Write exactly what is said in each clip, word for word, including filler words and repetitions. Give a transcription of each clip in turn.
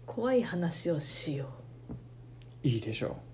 怖い話をしよう。いいでしょ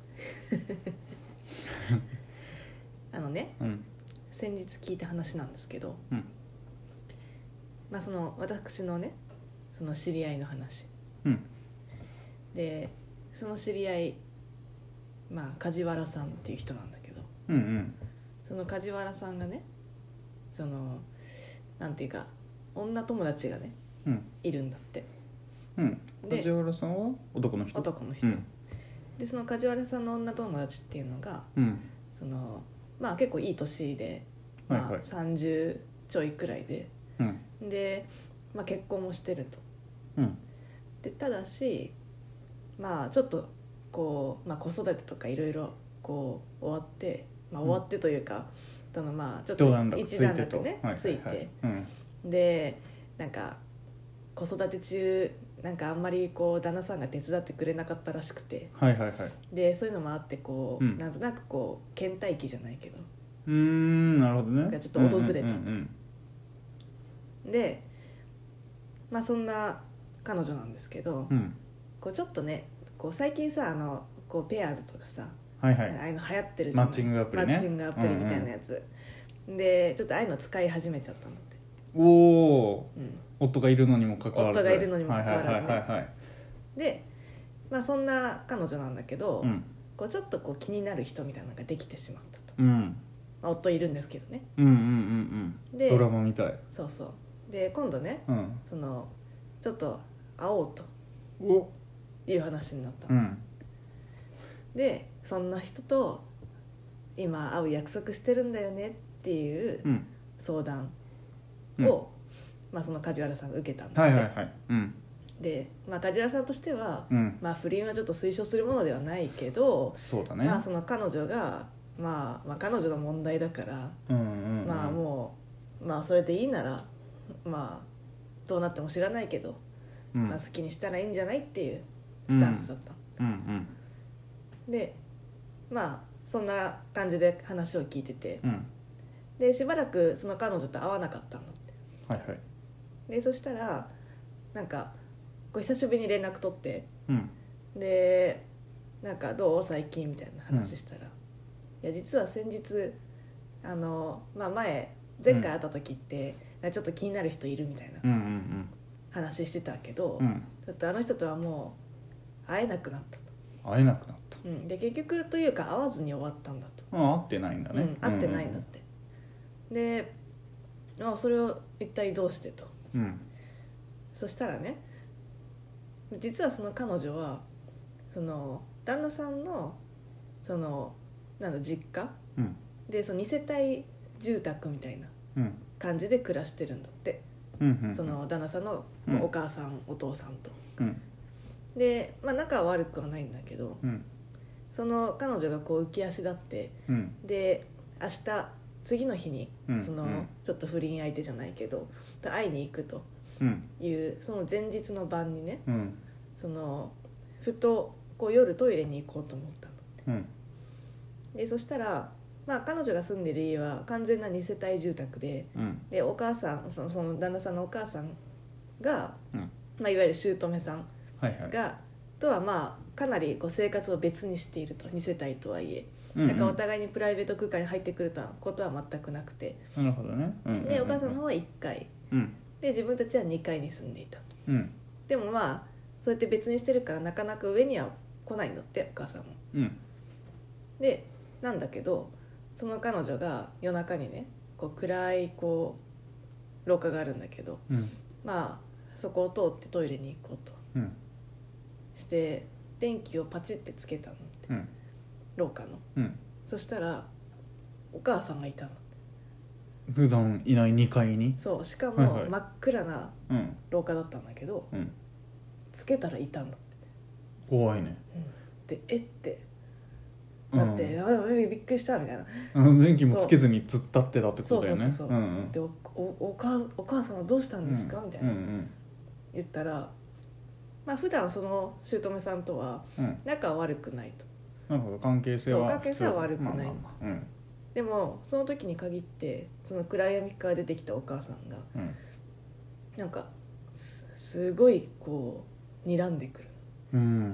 う。あのね、 う。うん。 先日聞いた話なんですけど、 うん。 まあその私のね、その知り合いの話うん。 で、その知り合い、まあ梶原さんっていう人なんだけど、 うんうん。 その梶原さんがね、そのなんていうか女友達がね、 うん。 いるんだって。 うん。 で梶原さんは男の人。 男の人、 うん。 でその梶原さんの女友達っていうのが、 うん。 そのまあ結構いい年で、まあ、 はいはいさんじゅうちょいくらいで、 うん。 で、まあ、結婚もしてると。 うん。 でただしまあちょっとこう、まあ、子育てとかいろいろこう終わって、まあ、終わってというか、そのまあちょっと一段落ねついて、でなんか子育て中なんかあんまりこう旦那さんが手伝ってくれなかったらしくて、 はいはいはい。 でそういうのもあってこう、 うんなんとなくこう倦怠期じゃないけど、 うーん、なるほどね。 ちょっと訪れたと、 うんうんでまあそんな彼女なんですけど、 うんうん、 こうちょっとねこう最近さあのこうペアーズとかさ、 はいはい、 ああいうの流行ってるじゃない。 マッチングアプリね。 マッチングアプリみたいなやつ、うんうん、でちょっとああいうの使い始めちゃったのって。 おお、 うん、 夫がいるのにもかかわらず。 夫がいるのにもかかわらずね、 はいはいはいはい、 でまあそんな彼女なんだけど、 うん、 こうちょっとこう気になる人みたいなのができてしまったと、 うんまあ、夫いるんですけどね。 うんうんうんうん、 でドラマみたい。 そうそうで今度ね、 うん、 そのちょっと会おうとおいう話になったの、 うん、 でそんな人と今会う約束してるんだよねっていううん相談を、 うん、 まあ、その梶原さんが受けたんだって、 はいはいはい、うん、 で、まあ、梶原さんとしては、 うんまあ、不倫はちょっと推奨するものではないけど、 そうだね、 まあ、その彼女が、まあ、まあ彼女の問題だから、 うんうんうん、 まあもう、まあ、それでいいなら、まあ、どうなっても知らないけど、 うんまあ、好きにしたらいいんじゃないっていうスタンスだった、 うんうんでまあそんな感じで話を聞いてて、 うんでしばらくその彼女と会わなかったんだって。 はいはい、 でそしたらなんかこう久しぶりに連絡取って、 うんでなんかどう最近みたいな話したら、うん、いや実は先日あの、まあ、前前回会った時って、うん、ちょっと気になる人いるみたいな話してたけど、 うんうんうん、 ちょっとあの人とはもう会えなくなったと。 会えなくなった、 うん、で結局というか会わずに終わったんだと。 あ、会ってないんだね、 うん、会ってないんだって、うんうんうん、で、まあ、それを一体どうしてと、 うん、 そしたらね実はその彼女はその旦那さんのそのなんだ実家、 うん、 でそのに世帯住宅みたいな感じで暮らしてるんだって、 うんうんうん、 その旦那さんのお母さん、うん、お父さんと、 うん、 で、まあ、仲は悪くはないんだけど、 うん、 その彼女がこう浮き足立って、 うん、 で明日次の日にその、 うん、 ちょっと不倫相手じゃないけど会いに行くという、その前日の晩にね、 うん、 そのふとこう夜トイレに行こうと思ったのって、 うん、でそしたら、まあ、彼女が住んでる家は完全なに世帯住宅で、 うん、 でお母さんその、その旦那さんのお母さんが、 うんまあ、いわゆる姑さんが、 はいはい、 とはまあかなりこう生活を別にしていると、に世帯とはいえ、 うんうん、 なんかお互いにプライベート空間に入ってくるとはことは全くなくて、 なるほどね、うんうんうんうん、 でお母さんの方はいっかい、 うん、 で自分たちはにかいに住んでいたと、 うん、 でもまあそうやって別にしてるからなかなか上には来ないんだってお母さんも、 うん、 でなんだけどその彼女が夜中にねこう暗いこう廊下があるんだけど、 うん、 まあそこを通ってトイレに行こうと、 うん、 して電気をパチってつけたのって、 うん、 廊下の、 うん、 そしたらお母さんがいたの。 普段いないにかいに、 そうしかはいはいも真っ暗なうん廊下だったんだけど、 うん、 つけたらいたんだって、 怖いね、 うん、でえってなって、うん、あびっくりしたみたいな、 うん、電気もつけずに突っ立ってたってことだよね。 そうそうそうそう、うんうん、で お, お, お, 母お母さんはどうしたんですか、うん、みたいな、 うんうん、 言ったら、まあ普段その姑さんとは仲は悪くないと、 うん、なるほど、関係性は関係性は悪くない、まあまあまあ、 うん、 でもその時に限ってその暗闇から出てきたお母さんが、うん、なんか す, すごいこう睨んでくるうん、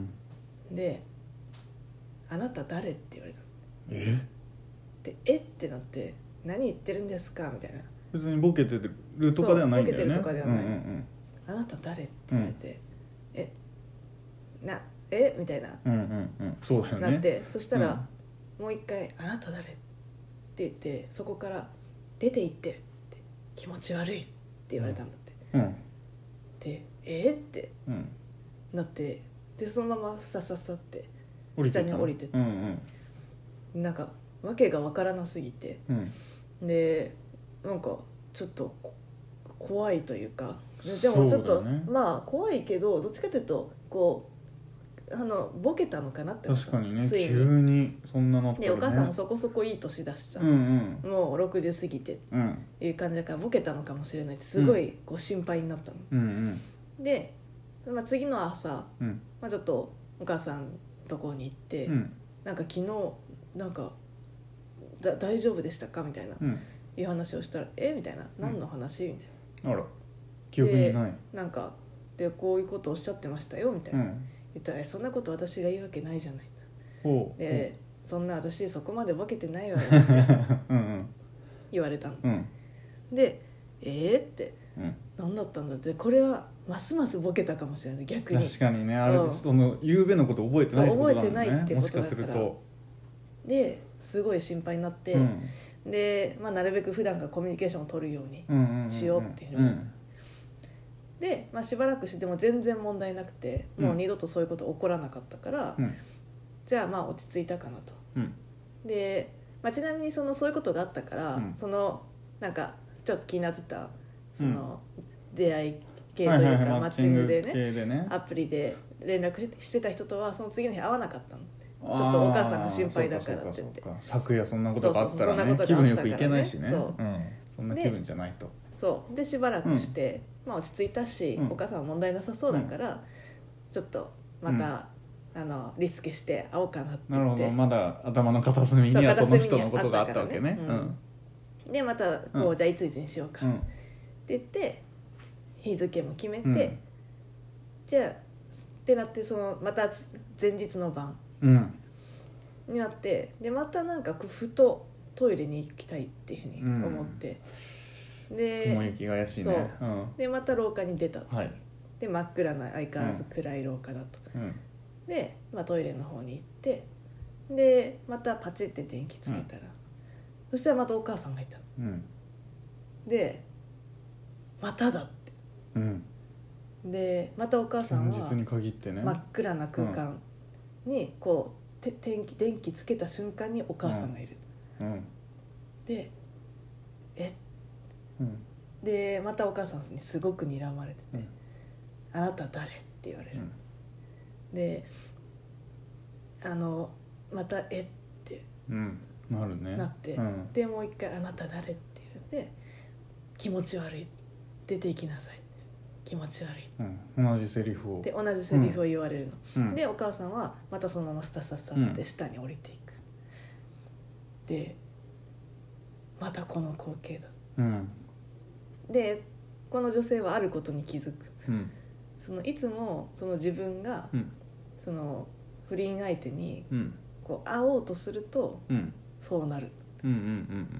であなた誰って言われたの。 えでえってなって何言ってるんですかみたいな。 別にボケてるとかではないんだよね。 ボケてるとかではない、 うんうんうん、 あなた誰って言われて、うん、えなえみたいな、 うんうんうん、そうだよね。 なってそしたら、うん、もう一回あなた誰って言ってそこから出て行ってって気持ち悪いって言われたんだって、 うん、 でえって、 うん、 なってでそのままスタスタスタって下に降りてって、 うんうん、なんかわけがわからなすぎて、 うん、 でなんかちょっと怖いというかでもちょっと、ね、まあ怖いけどどっちかというとこうあのボケたのかなって確かにねついに急にそんなのって、ね、 でお母さんもそこそこいい年だしさ、 うんうん、 もうろくじゅう過ぎていう感じだからボケたのかもしれないってすごいこう心配になったの、 うんうん、 で、まあ、次の朝、 うんまあ、ちょっとお母さんのとこに行って、うん、なんか昨日なんかだ大丈夫でしたかみたいな、うん、いう話をしたらえみたいな何の話、みたいな、 あら記憶にないなんかでこういうことをおっしゃってましたよみたいな、うん、言ったらそんなこと私が言うわけないじゃないでそんな私そこまでボケてないわよってうん、言われたの、うん、でえーって、うん、何だったんだってこれはますますボケたかもしれない逆に確かにねあれ、うん、その夕べのこと覚えてないってことだもんね覚えてないってことだからもしかするとですごい心配になって、うん、で、まあ、なるべく普段からコミュニケーションを取るようにしようっていうふうに、うんうんうん、で、まあ、しばらくしても全然問題なくてもう二度とそういうこと起こらなかったから、うん、じゃあまあ落ち着いたかなと、うん、で、まあ、ちなみにそのそういうことがあったから、うん、そのなんかちょっと気になってたその出会い系というかマッチングで ね, でねアプリで連絡してた人とはその次の日会わなかったのちょっとお母さんが心配だからって言って昨夜そんなことがあったら ね, ね気分よくいけないしねそう、うん、そんな気分じゃないとそうでしばらくして、うんまあ、落ち着いたし、うん、お母さんは問題なさそうだから、うん、ちょっとまた、うん、あのリスケして会おうかなって言ってなるほどまだ頭の片隅にはその人のことがあったわけね、 うん、でまたこう、うん、じゃあいついつにしようか、うん、って言って日付も決めて、うん、じゃあってなってそのまた前日の晩、うんになってでまたなんかふとトイレに行きたいっていうふうに思って、 うん、で雲行きが怪しいねそう、うん、でまた廊下に出た、はい、で真っ暗な相変わらず暗い廊下だと、うん、で、まあ、トイレの方に行ってでまたパチって電気つけたら、うん、そしたらまたお母さんがいた、うん、でまただって、うん、でまたお母さんは真っ暗な空間にこう電気、電気つけた瞬間にお母さんがいる、うんうん、でえ、うん、でまたお母さんにすごく睨まれてて、うん、あなた誰って言われる、うん、であのまたえって、 うん、なるねなって、うん、でもう一回あなた誰って言って気持ち悪い出て行きなさい気持ち悪い、 うん、同じセリフをで同じセリフを言われるの、うん、でお母さんはまたそのままスタスタスタって下に降りていく、うん、でまたこの光景だ、うん、でこの女性はあることに気づく、うん、そのいつもその自分が、うん、その不倫相手にこう会おうとすると、うん、そうなる、うんうんうんうん、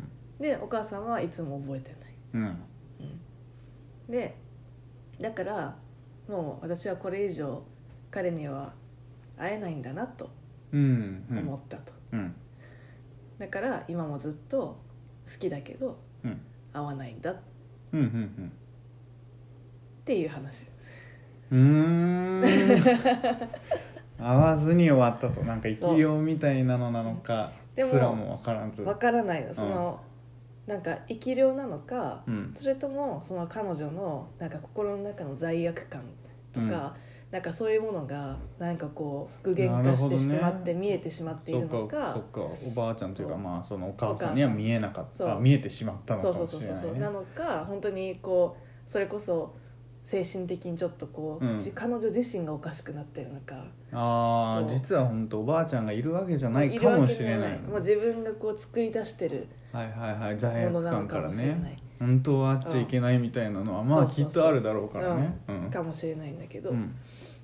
でお母さんはいつも覚えてない、うんうん、でだからもう私はこれ以上彼には会えないんだなと思ったと、うんうん、だから今もずっと好きだけど、うん、会わないんだ、うんうんうん、っていう話うーん会わずに終わったとなんか生き量みたいなのなのかすらも分からず分からないのその、うん、なんか生き量なのか、うん、それともその彼女のなんか心の中の罪悪感とか、うん、なんかそういうものがなんかこう具現化してしまって見えてしまっているのか、 そっかおばあちゃんというかまあそのお母さんには見えなかった見えてしまったのかもしれないね。そうそうそうそうなのか本当にこうそれこそ精神的にちょっとこう、うん、彼女自身がおかしくなってるのかああ実は本当おばあちゃんがいるわけじゃないかもしれない、 もう自分がこう作り出してるはいはいはい罪悪感からね本当はあっちゃいけないみたいなのは、うん、まあきっとあるだろうからね、 うんうん、かもしれないんだけど、うん、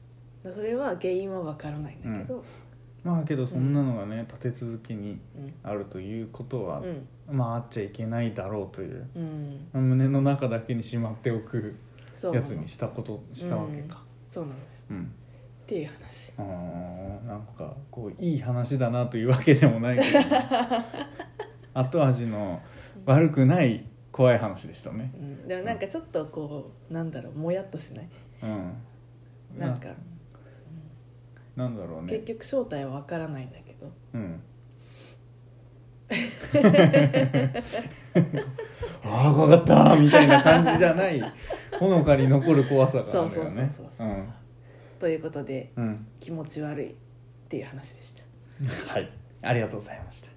だそれは原因は分からないんだけど、うん、 まあけどそんなのがね、うん、立て続けにあるということは、うん、まああっちゃいけないだろうという、うん、胸の中だけにしまっておくやつにしたことしたわけか。 そうなのよ、うん、っていう話。 あなんかこういい話だなというわけでもないけど、ね、後味の悪くない怖い話でしたね、 うん、でもなんかちょっとこうなんだろうもやっとしない、うん、なんかなんだろうね、 結局正体は分からないんだけど、うん、 ああ怖かったみたいな感じじゃないほのかに残る怖さがあるよね。 ということで、うん、気持ち悪いっていう話でした。 はい、ありがとうございました。